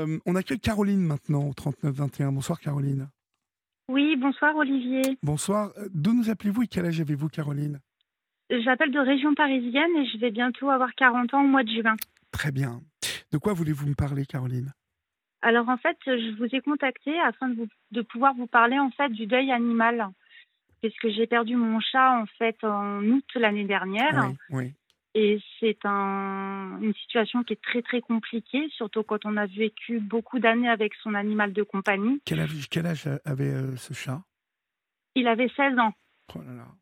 On accueille Caroline maintenant au 39 21. Bonsoir Caroline. Oui, bonsoir Olivier. Bonsoir. D'où nous appelez-vous et quel âge avez-vous Caroline? J'appelle de région parisienne et je vais bientôt avoir 40 ans au mois de juin. Très bien. De quoi voulez-vous me parler Caroline? Alors en fait, je vous ai contacté afin de pouvoir vous parler en fait du deuil animal, puisque j'ai perdu mon chat en fait en août l'année dernière. Oui, oui. Et c'est une situation qui est très très compliquée, surtout quand on a vécu beaucoup d'années avec son animal de compagnie. Quel âge avait ce chat? Il avait 16 ans. Oh là là.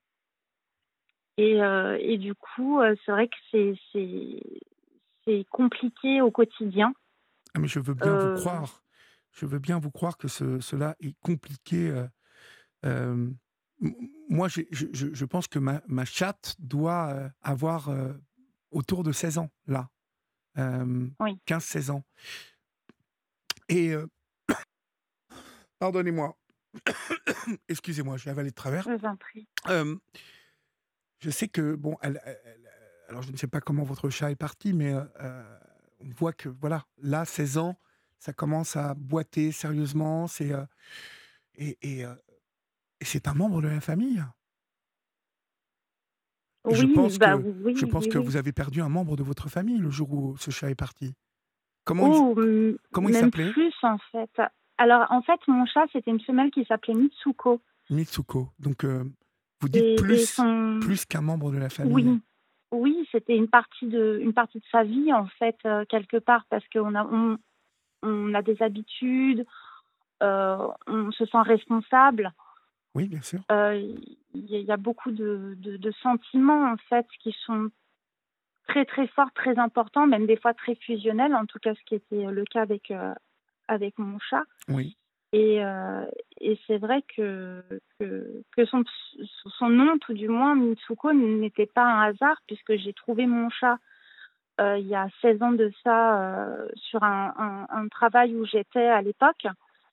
Et du coup, c'est vrai que c'est compliqué au quotidien. Ah, mais je veux bien vous Euh, croire. Je veux bien vous croire que cela est compliqué. Euh, m- Moi, je pense que ma chatte doit avoir autour de 16 ans, là. Euh, oui, 15 16 ans. Et pardonnez-moi, excusez-moi, j'ai avalé de travers. je vous en prie. Euh, je sais que, bon, alors je ne sais pas comment votre chat est parti, mais on voit que, voilà, là, 16 ans, ça commence à boiter sérieusement. Et, et, euh, et c'est un membre de la famille. Je Oui, pense bah que, je oui, pense oui, que oui. vous avez perdu un membre de votre famille le jour où ce chat est parti. Comment il, Oh, comment il même s'appelait? plus en fait. Alors en fait, mon chat, c'était une femelle qui s'appelait Mitsuko. Mitsuko. Donc, vous dites Et plus qu'un membre de la oui, famille. oui, c'était une partie de sa vie en fait, quelque part, parce qu'on a des habitudes, on se sent responsable. Oui, bien sûr. Il y a beaucoup de sentiments en fait qui sont très très forts, très importants, même des fois très fusionnels, en tout cas ce qui était le cas avec mon chat. Oui. Et c'est vrai que son nom, tout du moins, Mitsuko, n'était pas un hasard, puisque j'ai trouvé mon chat il y a 16 ans de ça, sur un travail où j'étais à l'époque.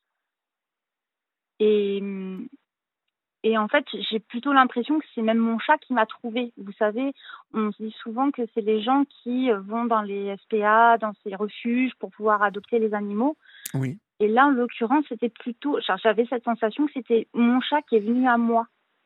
Et, et en fait, j'ai plutôt l'impression que c'est même mon chat qui m'a trouvée. Vous savez, on se dit souvent que c'est les gens qui vont dans les SPA, dans ces refuges pour pouvoir adopter les animaux. Oui. Et là, en l'occurrence, c'était plutôt, genre, j'avais cette sensation que c'était mon chat qui est venu à moi.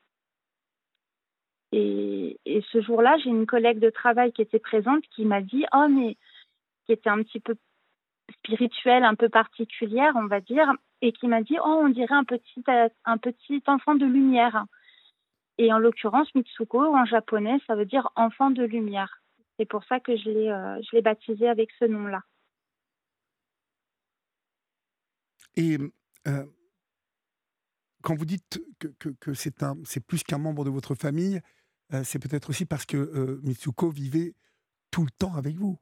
Et ce jour-là, j'ai une collègue de travail qui était présente qui m'a dit, oh, mais qui était un petit peu spirituelle, un peu particulière, on va dire, et qui m'a dit, oh, on dirait un petit enfant de lumière. Et en l'occurrence, Mitsuko, en japonais, ça veut dire enfant de lumière. C'est pour ça que je l'ai baptisé avec ce nom-là. Et euh, quand vous dites que c'est plus qu'un membre de votre famille, c'est peut-être aussi parce que Mitsuko vivait tout le temps avec vous.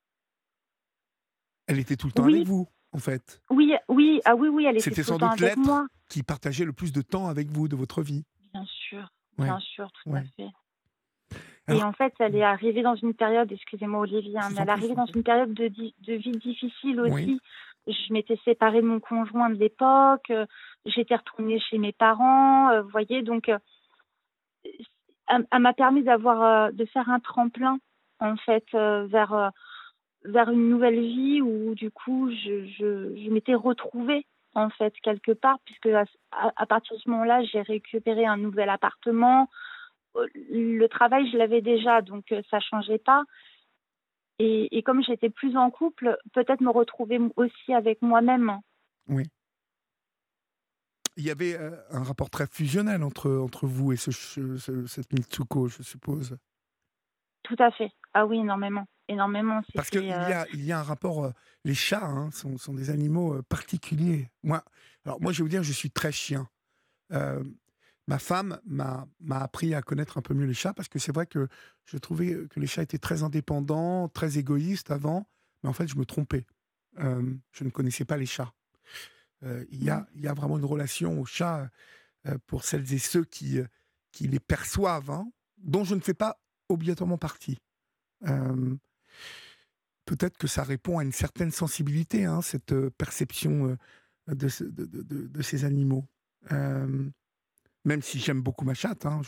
Elle était tout le temps avec Oui, vous, en fait. oui, oui, ah oui, oui, elle était C'était tout le sans temps doute avec l'être moi. qui partageait le plus de temps avec vous de votre vie. Ouais, Bien sûr, tout à ouais. fait. Et Alors, en fait, elle est arrivée dans une période, excusez-moi Olivier, je hein, vous mais en elle est prie, je arrivée vous en dans prie. une période de vie difficile Oui, aussi. Je m'étais séparée de mon conjoint de l'époque, j'étais retournée chez mes parents, vous voyez, donc elle m'a permis de faire un tremplin en fait, vers une nouvelle vie où du coup je m'étais retrouvée en fait quelque part, puisque à partir de ce moment-là, j'ai récupéré un nouvel appartement. Le travail, je l'avais déjà, donc ça changeait pas. Et comme j'étais plus en couple, peut-être me retrouver aussi avec moi-même. oui. Il y avait un rapport très fusionnel entre vous et cette Mitsuko, je suppose. Tout à fait. Ah oui, énormément. Énormément. Parce C'était. qu'il y a un rapport. Les chats sont des animaux particuliers. Alors moi, je vais vous dire, je suis très chien. Euh, Ma femme m'a appris à connaître un peu mieux les chats parce que c'est vrai que je trouvais que les chats étaient très indépendants, très égoïstes avant, mais en fait, je me trompais. Je ne connaissais pas les chats. Mm. Il y a vraiment une relation aux chats pour celles et ceux qui les perçoivent, hein, dont je ne fais pas obligatoirement partie. Euh, Peut-être que ça répond à une certaine sensibilité, hein, cette perception de ces animaux. Euh, Même si j'aime beaucoup ma chatte, hein,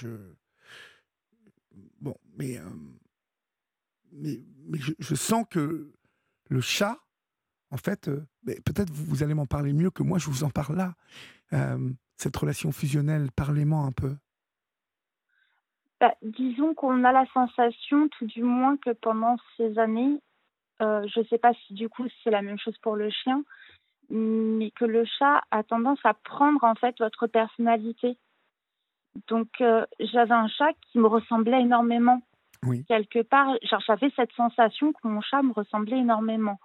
bon, mais je sens que le chat en fait, mais peut-être vous allez m'en parler mieux que moi, je vous en parle là. Cette relation fusionnelle, parlez-moi un peu. Bah, disons qu'on a la sensation, tout du moins, que pendant ces années, je ne sais pas si du coup c'est la même chose pour le chien, mais que le chat a tendance à prendre en fait votre personnalité. Donc j'avais un chat qui me ressemblait énormément. Oui. Quelque part, genre j'avais cette sensation que mon chat me ressemblait énormément.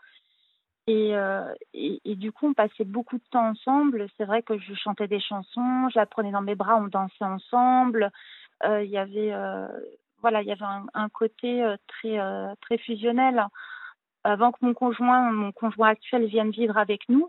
Et du coup, on passait beaucoup de temps ensemble. C'est vrai que je chantais des chansons, je la prenais dans mes bras, on dansait ensemble. Il y avait, voilà, il y avait un côté très fusionnel. Avant que mon conjoint actuel vienne vivre avec nous,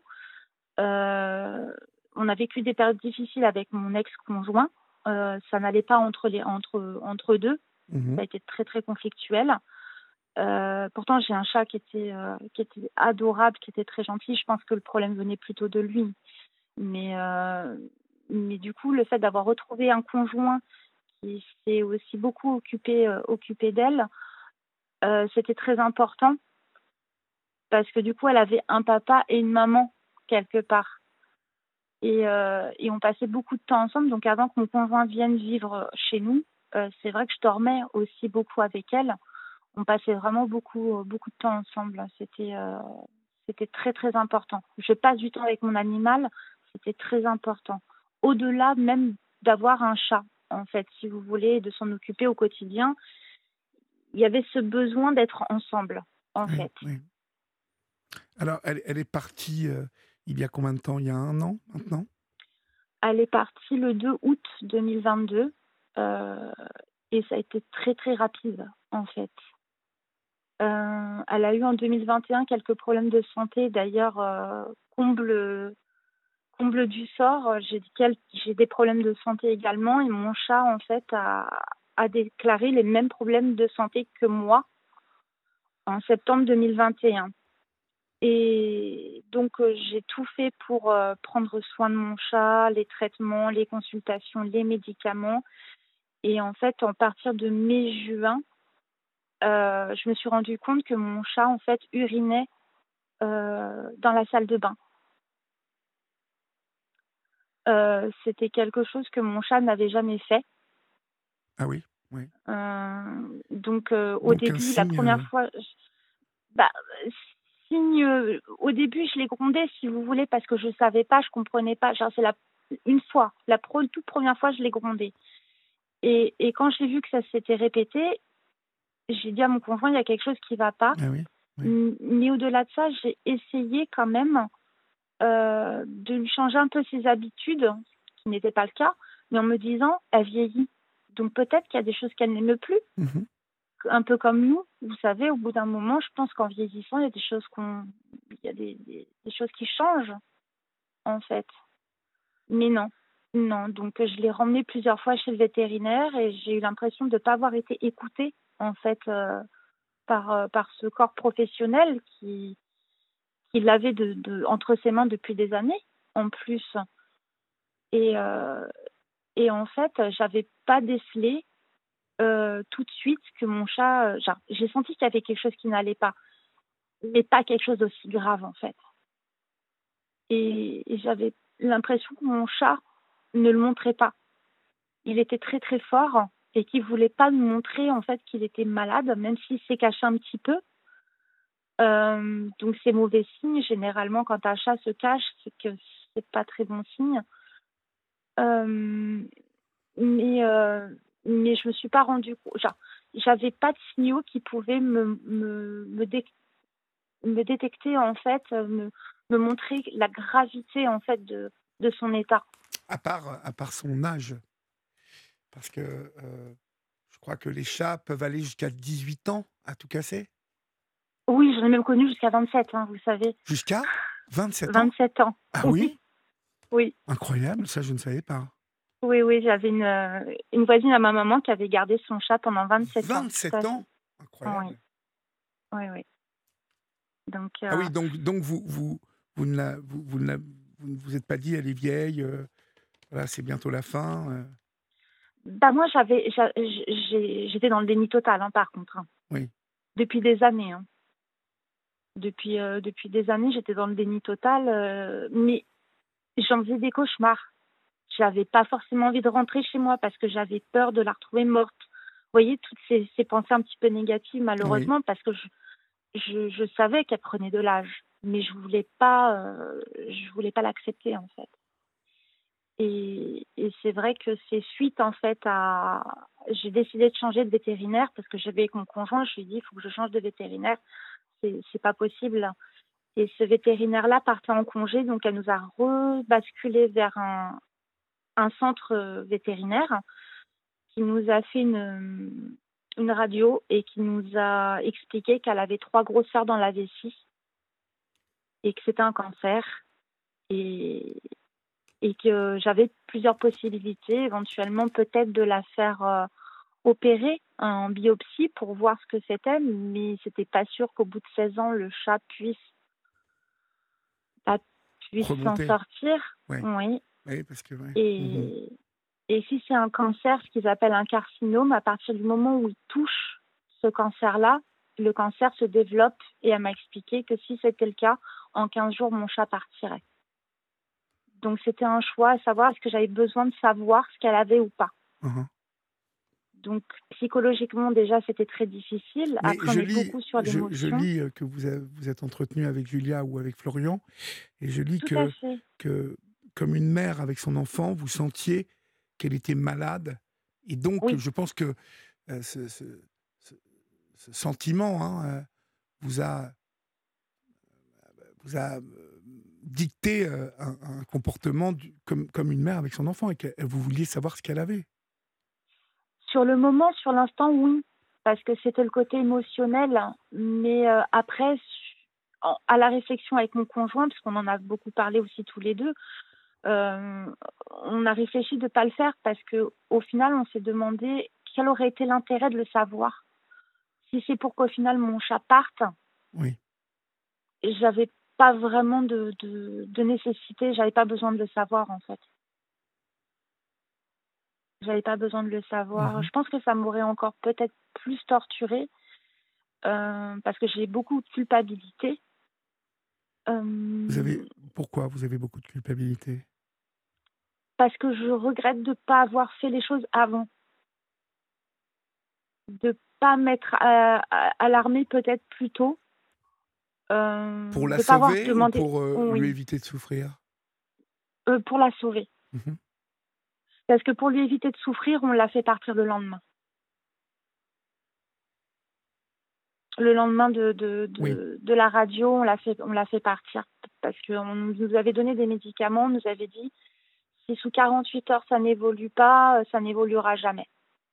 on a vécu des périodes difficiles avec mon ex-conjoint. Ça n'allait pas entre deux. Mmh. Ça a été très très conflictuel. Pourtant, j'ai un chat qui était adorable, qui était très gentil. Je pense que le problème venait plutôt de lui. Mais, euh, mais du coup, le fait d'avoir retrouvé un conjoint qui s'est aussi beaucoup occupé d'elle, c'était très important parce que du coup, elle avait un papa et une maman quelque part. Et on passait beaucoup de temps ensemble. Donc, avant que mon conjoint vienne vivre chez nous, c'est vrai que je dormais aussi beaucoup avec elle. On passait vraiment beaucoup de temps ensemble. C'était très, très important. Je passe du temps avec mon animal, c'était très important. Au-delà même d'avoir un chat, en fait, si vous voulez, et de s'en occuper au quotidien, il y avait ce besoin d'être ensemble, en Oui, fait. oui. Alors elle est partie, il y a combien de temps? Il y a 1 an maintenant? Elle est partie le 2 août 2022, et ça a été très, très rapide, en fait. Elle a eu en 2021 quelques problèmes de santé. D'ailleurs, comble du sort, j'ai des problèmes de santé également et mon chat, en fait, a déclaré les mêmes problèmes de santé que moi en septembre 2021. Et donc, j'ai tout fait pour prendre soin de mon chat, les traitements, les consultations, les médicaments. Et en fait, à partir de mai-juin, je me suis rendu compte que mon chat, en fait, urinait dans la salle de bain. C'était quelque chose que mon chat n'avait jamais fait. Ah oui? Oui. Donc, au Donc un début, la signe, première fois, bah, signe, au début, je l'ai grondé, si vous voulez, parce que je savais pas, je comprenais pas. Genre, une fois, toute première fois, je l'ai grondé. Et quand j'ai vu que ça s'était répété, j'ai dit à mon conjoint, il y a quelque chose qui va pas. ah oui, oui. Mais au-delà de ça, j'ai essayé quand même de lui changer un peu ses habitudes, ce qui n'était pas le cas, mais en me disant, elle vieillit. Donc peut-être qu'il y a des choses qu'elle n'aime plus, Mmh. un peu comme nous. Vous savez, au bout d'un moment, je pense qu'en vieillissant, il y a il y a des choses qui changent, en fait. Mais non, non. Donc je l'ai remmené plusieurs fois chez le vétérinaire et j'ai eu l'impression de ne pas avoir été écoutée, en fait, par ce corps professionnel qui l'avait entre ses mains depuis des années, en plus. Et, euh, et en fait, j'avais pas décelé tout de suite que mon chat, genre, j'ai senti qu'il y avait quelque chose qui n'allait pas, mais pas quelque chose d'aussi grave en fait. Et j'avais l'impression que mon chat ne le montrait pas. Il était très très fort et qu'il voulait pas me montrer en fait qu'il était malade, même s'il s'est caché un petit peu. Donc c'est mauvais signe. Généralement, quand un chat se cache, c'est que c'est pas très bon signe. Euh, mais, euh, mais je me suis pas rendu compte. Genre, j'avais pas de signaux qui pouvaient me détecter en fait, me montrer la gravité en fait de son état. À part son âge, parce que, je crois que les chats peuvent aller jusqu'à 18 ans à tout casser? Oui, j'en ai même connu jusqu'à 27, hein, vous savez. Jusqu'à 27 ans? 27 ans. Ah Oui, oui? oui, Incroyable, ça je ne savais pas. oui, oui. J'avais une voisine à ma maman qui avait gardé son chat pendant 27 ans. Tout 27 à fait. ans? Oui, Incroyable. oui, oui. Donc, Ah oui, donc vous ne la vous ne la vous ne vous êtes pas dit: «Elle est vieille, voilà, c'est bientôt la fin», bah moi, j'étais dans le déni total, hein, par contre, hein, Oui. depuis des années, hein. Depuis des années, j'étais dans le déni total, mais j'en faisais des cauchemars. J'avais pas forcément envie de rentrer chez moi parce que j'avais peur de la retrouver morte. Vous voyez, toutes ces pensées un petit peu négatives, Oui. malheureusement, parce que je savais qu'elle prenait de l'âge, mais je voulais pas l'accepter, en fait. Et c'est vrai que c'est suite, en fait, à j'ai décidé de changer de vétérinaire parce que j'avais avec mon conjoint, je lui ai dit: «Il faut que je change de vétérinaire, c'est pas possible». Et ce vétérinaire-là partait en congé, donc elle nous a rebasculé vers un centre, vétérinaire qui nous a fait une radio et qui nous a expliqué qu'elle avait 3 grosseurs dans la vessie et que c'était un cancer et et que j'avais plusieurs possibilités, éventuellement peut-être de la faire, opérer en biopsie pour voir ce que c'était, mais c'était pas sûr qu'au bout de 16 ans, le chat bah, puisse s'en Remonter. sortir. Oui. Oui. Oui, parce que ouais. Mhm. Et si c'est un cancer, ce qu'ils appellent un carcinome, à partir du moment où il touche ce cancer-là, le cancer se développe et elle m'a expliqué que si c'était le cas, en 15 jours, mon chat partirait. Donc c'était un choix à savoir est-ce que j'avais besoin de savoir ce qu'elle avait ou pas. Mhm. Donc psychologiquement déjà c'était très difficile. Mais Après on est beaucoup sur je l'émotion. lis que vous êtes entretenu avec Julia ou avec Florian, et je lis Tout à fait. que, comme une mère avec son enfant, vous sentiez qu'elle était malade. Et donc, Oui, je pense que ce- ce sentiment, hein, vous a, vous a dicté un comportement comme une mère avec son enfant, et que vous vouliez savoir ce qu'elle avait. sur le moment, sur l'instant, oui, parce que c'était le côté émotionnel, mais après, à la réflexion avec mon conjoint, parce qu'on en a beaucoup parlé aussi tous les deux, euh, on a réfléchi de ne pas le faire parce que au final, on s'est demandé quel aurait été l'intérêt de le savoir. Si c'est pour qu'au final mon chat parte, Oui. j'avais pas vraiment de nécessité, j'avais pas besoin de le savoir en fait. J'avais pas besoin de le savoir. Mhm. Je pense que ça m'aurait encore peut-être plus torturée parce que j'ai beaucoup de culpabilité. Vous avez, Euh, pourquoi vous avez beaucoup de culpabilité? Parce que je regrette de ne pas avoir fait les choses avant, de pas m'être alarmée peut-être plus tôt, Pour la de pas avoir sauver ou demandé. pour lui Oui, éviter de souffrir? pour la sauver. Mhm. Parce que pour lui éviter de souffrir, on l'a fait partir le lendemain. Le lendemain Oui. de la radio, on l'a fait partir parce qu'on nous avait donné des médicaments, on nous avait dit si sous 48 heures ça n'évolue pas, ça n'évoluera jamais.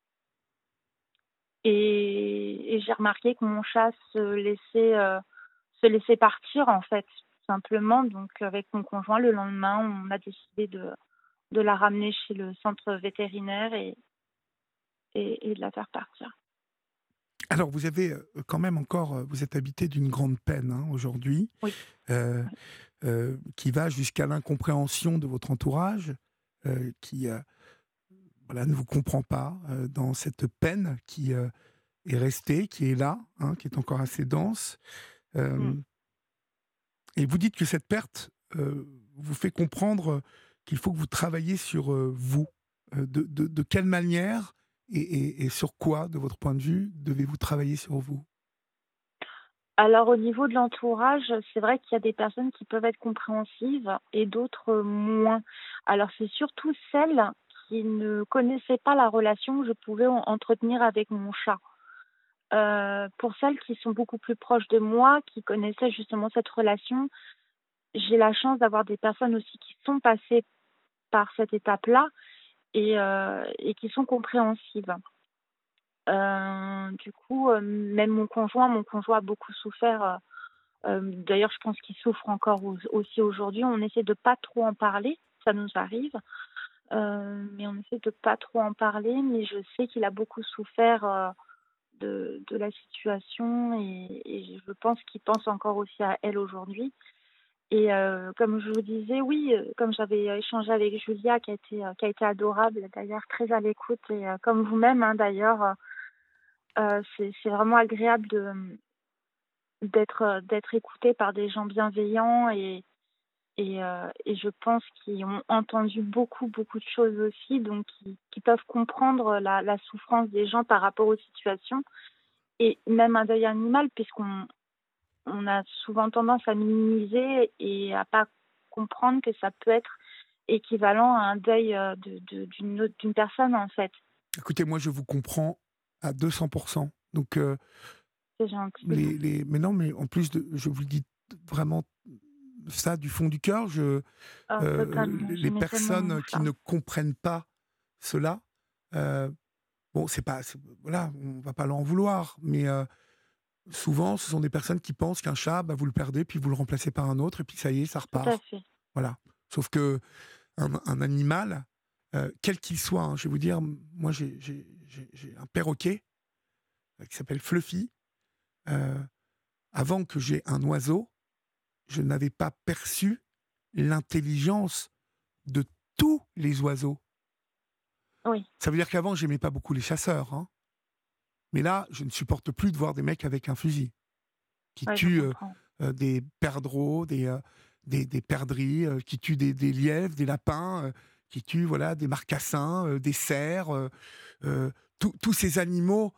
Et j'ai remarqué que mon chat se laissait partir en fait, tout simplement. Donc avec mon conjoint, le lendemain, on a décidé de la ramener chez le centre vétérinaire et de la faire partir. Alors, vous avez quand même encore, vous êtes habité d'une grande peine, hein, aujourd'hui, Oui, euh, oui. qui va jusqu'à l'incompréhension de votre entourage, qui voilà, ne vous comprend pas dans cette peine qui est restée, qui est là, hein, qui est encore assez dense. Mm. Euh, et vous dites que cette perte vous fait comprendre qu'il faut que vous travailliez sur vous. De quelle manière et sur quoi, de votre point de vue, devez-vous travailler sur vous? Alors au niveau de l'entourage, c'est vrai qu'il y a des personnes qui peuvent être compréhensives et d'autres moins. Alors c'est surtout celles qui ne connaissaient pas la relation que je pouvais entretenir avec mon chat. Pour celles qui sont beaucoup plus proches de moi, qui connaissaient justement cette relation, j'ai la chance d'avoir des personnes aussi qui sont passées par cette étape-là et qui sont compréhensives. Du coup, même mon conjoint a beaucoup souffert. D'ailleurs, je pense qu'il souffre encore aussi aujourd'hui. On essaie de pas trop en parler, ça nous arrive, mais on essaie de pas trop en parler. Mais je sais qu'il a beaucoup souffert de la situation et je pense qu'il pense encore aussi à elle aujourd'hui. Et comme je vous disais, oui, comme j'avais échangé avec Julia, qui a été adorable, d'ailleurs très à l'écoute, et comme vous-même, hein, d'ailleurs, c'est vraiment agréable d'être écoutée par des gens bienveillants et je pense qu'ils ont entendu beaucoup, beaucoup de choses aussi, donc qui peuvent comprendre la souffrance des gens par rapport aux situations et même un deuil animal puisqu'on a souvent tendance à minimiser et à pas comprendre que ça peut être équivalent à un deuil d'une personne en fait. Écoutez, moi, je vous comprends à 200%. Donc, C'est gentil. mais non, mais en plus, je vous le dis vraiment ça du fond du cœur. Totalement. Je Les mets tellement mon personnes qui ça. ne comprennent pas cela, euh, bon, voilà, on va pas leur en vouloir, mais souvent, ce sont des personnes qui pensent qu'un chat, bah, vous le perdez, puis vous le remplacez par un autre, et puis ça y est, ça Tout à repart. fait. Voilà. Sauf que un animal, quel qu'il soit, hein, je vais vous dire, moi j'ai un perroquet qui s'appelle Fluffy. Euh, Avant que j'ai un oiseau, je n'avais pas perçu l'intelligence de tous les oiseaux. Oui, Ça veut dire qu'avant, j'aimais pas beaucoup les chasseurs, hein. Mais là, je ne supporte plus de voir des mecs avec un fusil qui ouais, je tuent comprends. des perdreaux, des perdrix, qui tuent des lièvres, des lapins, qui tuent voilà, des marcassins, des cerfs. Tous ces animaux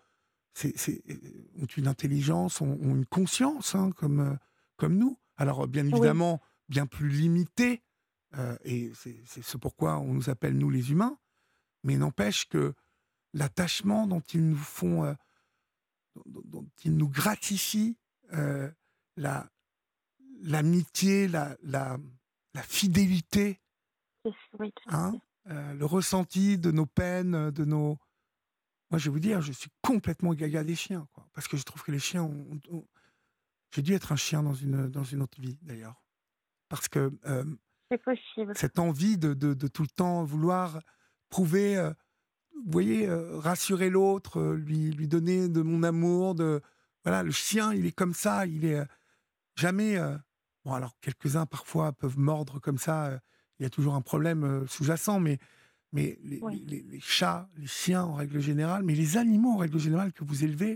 ont une intelligence, ont une conscience, hein, comme nous. Alors, bien Oui, évidemment, bien plus limitée, et c'est ce pourquoi on nous appelle, nous, les humains, mais n'empêche que l'attachement dont ils nous font, dont ils nous gratifient, euh, la, l'amitié, la fidélité, oui, tout à hein, fait. le ressenti de nos peines, de nos... Moi, je vais vous dire, je suis complètement gaga des chiens, quoi, parce que je trouve que les chiens j'ai dû être un chien dans une autre vie, d'ailleurs. Parce que C'est possible. cette envie de tout le temps vouloir prouver, vous voyez, rassurer l'autre, lui donner de mon amour, voilà, le chien, il est comme ça, il est jamais... bon, alors, quelques-uns, parfois, peuvent mordre comme ça, il y a toujours un problème sous-jacent, mais Oui, les chats, les chiens, en règle générale, mais les animaux, en règle générale, que vous élevez,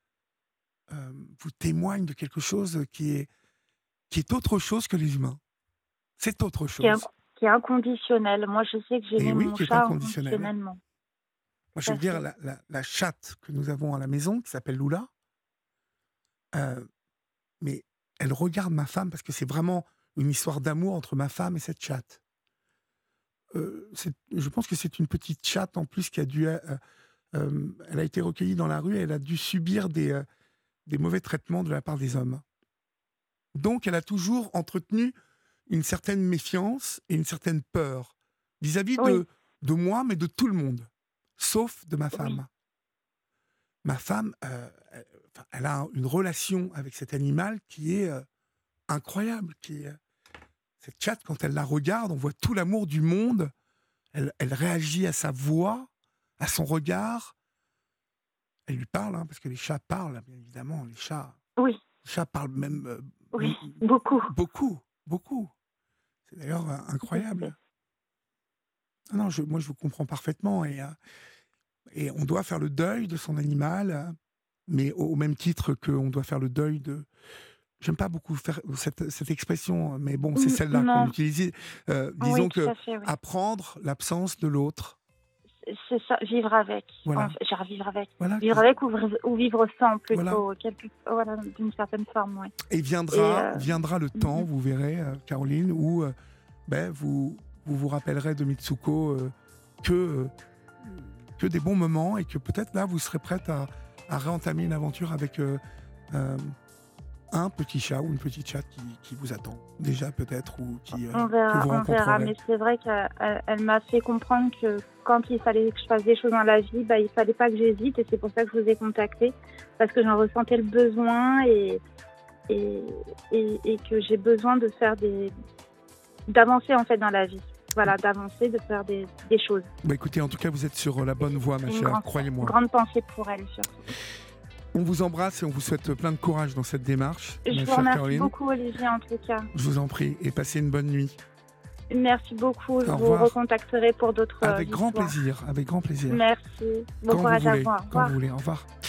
vous témoignent de quelque chose qui est autre chose que les humains. C'est autre qui est, chose. qui est inconditionnel. Moi, je sais que Et j'aimais oui, mon qui est chat inconditionnel. inconditionnellement. Moi, Tout je à veux dire, fait. la chatte que nous avons à la maison, qui s'appelle Lula, euh, mais elle regarde ma femme parce que c'est vraiment une histoire d'amour entre ma femme et cette chatte. Je pense que c'est une petite chatte en plus qui a dû... elle a été recueillie dans la rue et elle a dû subir des mauvais traitements de la part des hommes. Donc, elle a toujours entretenu une certaine méfiance et une certaine peur vis-à-vis Oui, de moi, mais de tout le monde, sauf de ma oui, femme. Ma femme, enfin, elle a une relation avec cet animal qui est incroyable. Cette chatte, quand elle la regarde, on voit tout l'amour du monde. Elle réagit à sa voix, à son regard. Elle lui parle, hein, parce que les chats parlent, bien évidemment. oui, Les chats parlent même oui, beaucoup. beaucoup, beaucoup. C'est d'ailleurs Tout à fait. incroyable. Ah non, moi, je vous comprends parfaitement. Et on doit faire le deuil de son animal, mais au même titre qu'on doit faire le deuil de... J'aime pas beaucoup faire cette expression, mais bon, c'est celle-là qu'on Non, utilise. oui, Disons tout que à fait, oui. apprendre l'absence de l'autre. C'est ça, vivre avec. En Voilà. fait, genre vivre avec. Voilà. Vivre avec ou vivre sans Voilà. plutôt, voilà, d'une certaine forme, oui. Et Et viendra le temps, mhm. vous verrez, Caroline, où ben, vous rappellerez de Mitsuko que, euh, que des bons moments et que peut-être là, vous serez prête à réentamer une aventure avec euh, un petit chat ou une petite chatte qui vous attend déjà peut-être ou que vous On verra. rencontrerez. Mais c'est vrai qu'elle m'a fait comprendre que quand il fallait que je fasse des choses dans la vie, bah, il fallait pas que j'hésite. Et c'est pour ça que je vous ai contacté. Parce que j'en ressentais le besoin et, et que j'ai besoin de faire d'avancer en fait dans la vie. Voilà, d'avancer, de faire des choses. Bah écoutez, en tout cas, vous êtes sur la bonne voie, ma chère, Une croyez-moi. grande pensée pour elle, surtout. On vous embrasse et on vous souhaite plein de courage dans cette démarche, Je ma vous chère remercie Caroline. beaucoup, Olivier, en tout cas. Je vous en prie et passez une bonne nuit. Merci beaucoup. Je Au vous revoir. recontacterai pour d'autres Avec grand histoires. plaisir, avec grand plaisir. Merci. Bon Quand courage vous à voulez, vous. Au quand revoir. vous voulez. Au revoir.